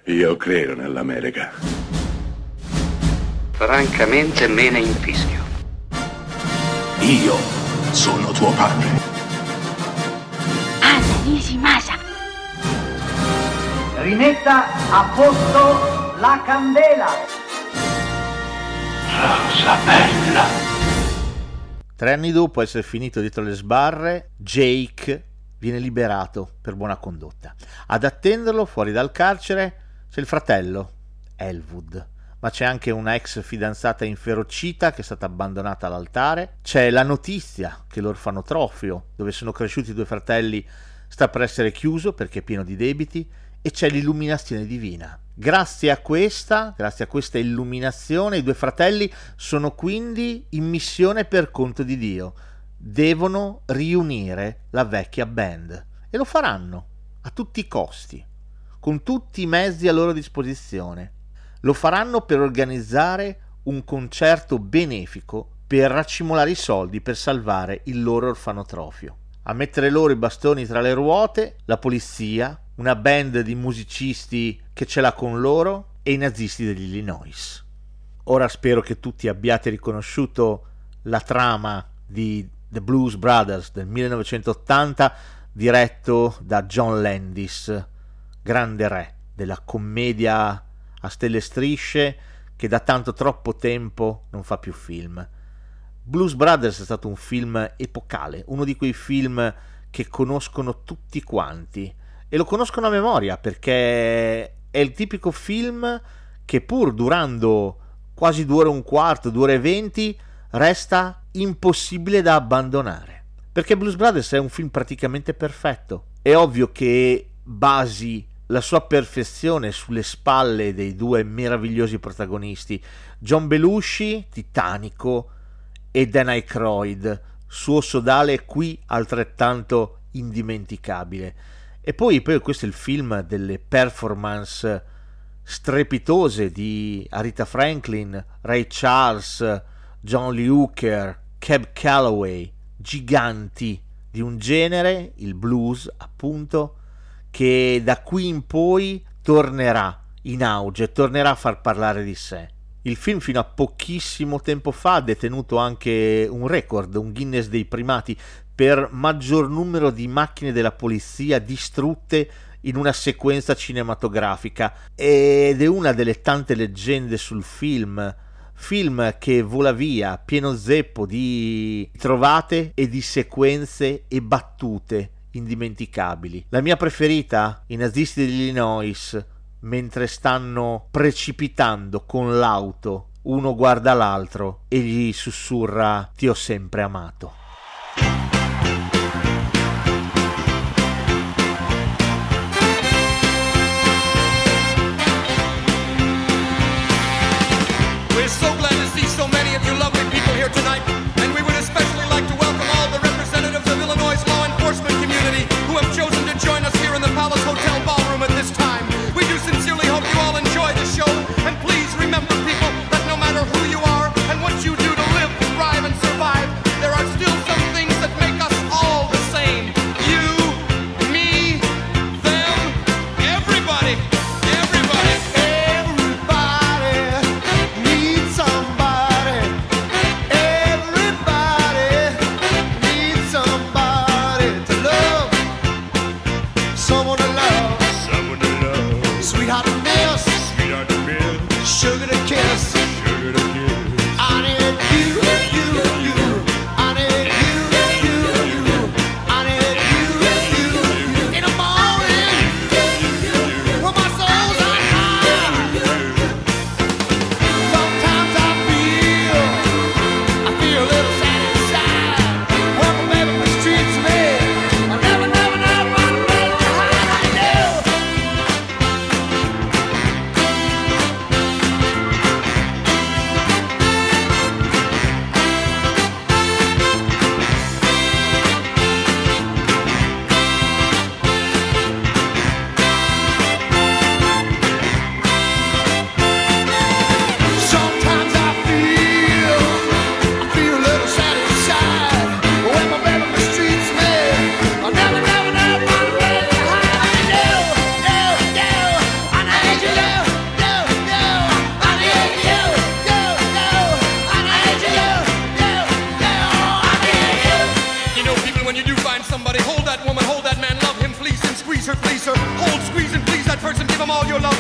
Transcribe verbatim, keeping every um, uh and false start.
Io credo nell'America. Francamente me ne infischio. Io sono tuo padre. Anna Nishimasa. Rimetta a posto la candela. Rosa bella. Tre anni dopo essere finito dietro le sbarre, Jake viene liberato per buona condotta. Ad attenderlo fuori dal carcere c'è il fratello, Elwood, ma c'è anche una ex fidanzata inferocita che è stata abbandonata all'altare, c'è la notizia che l'orfanotrofio, dove sono cresciuti i due fratelli, sta per essere chiuso perché è pieno di debiti, e c'è l'illuminazione divina. Grazie a questa, grazie a questa illuminazione, i due fratelli sono quindi in missione per conto di Dio. Devono riunire la vecchia band e lo faranno a tutti i costi, con tutti i mezzi a loro disposizione. Lo faranno per organizzare un concerto benefico per raccimolare i soldi per salvare il loro orfanotrofio. A mettere loro i bastoni tra le ruote, la polizia, una band di musicisti che ce l'ha con loro e i nazisti degli Illinois. Ora spero che tutti abbiate riconosciuto la trama di The Blues Brothers del millenovecentottanta, diretto da John Landis, grande re della commedia a stelle e strisce che da tanto troppo tempo non fa più film. Blues Brothers è stato un film epocale, uno di quei film che conoscono tutti quanti e lo conoscono a memoria perché è il tipico film che pur durando quasi due ore e un quarto, due ore e venti, resta impossibile da abbandonare. Perché Blues Brothers è un film praticamente perfetto. È ovvio che basi la sua perfezione sulle spalle dei due meravigliosi protagonisti, John Belushi, titanico, e Dan Aykroyd, suo sodale qui altrettanto indimenticabile. E poi, poi questo è il film delle performance strepitose di Aretha Franklin, Ray Charles, John Lee Hooker, Cab Calloway, giganti di un genere, il blues appunto, che da qui in poi tornerà in auge, tornerà a far parlare di sé. Il film fino a pochissimo tempo fa ha detenuto anche un record, un Guinness dei primati, per maggior numero di macchine della polizia distrutte in una sequenza cinematografica, ed è una delle tante leggende sul film, film che vola via pieno zeppo di trovate e di sequenze e battute indimenticabili. La mia preferita, i nazisti degli Illinois, mentre stanno precipitando con l'auto, uno guarda l'altro e gli sussurra "ti ho sempre amato". We're so glad to see so many of you lovely people here tonight, and we would especially like to welcome all the representatives of Illinois' law enforcement community who have chosen to join us here in the Palace Hotel Ballroom at this time. We do sincerely hope you all enjoy the show, and please remember, people, that no matter who you are and what you do to live, thrive, and survive, there are still all your love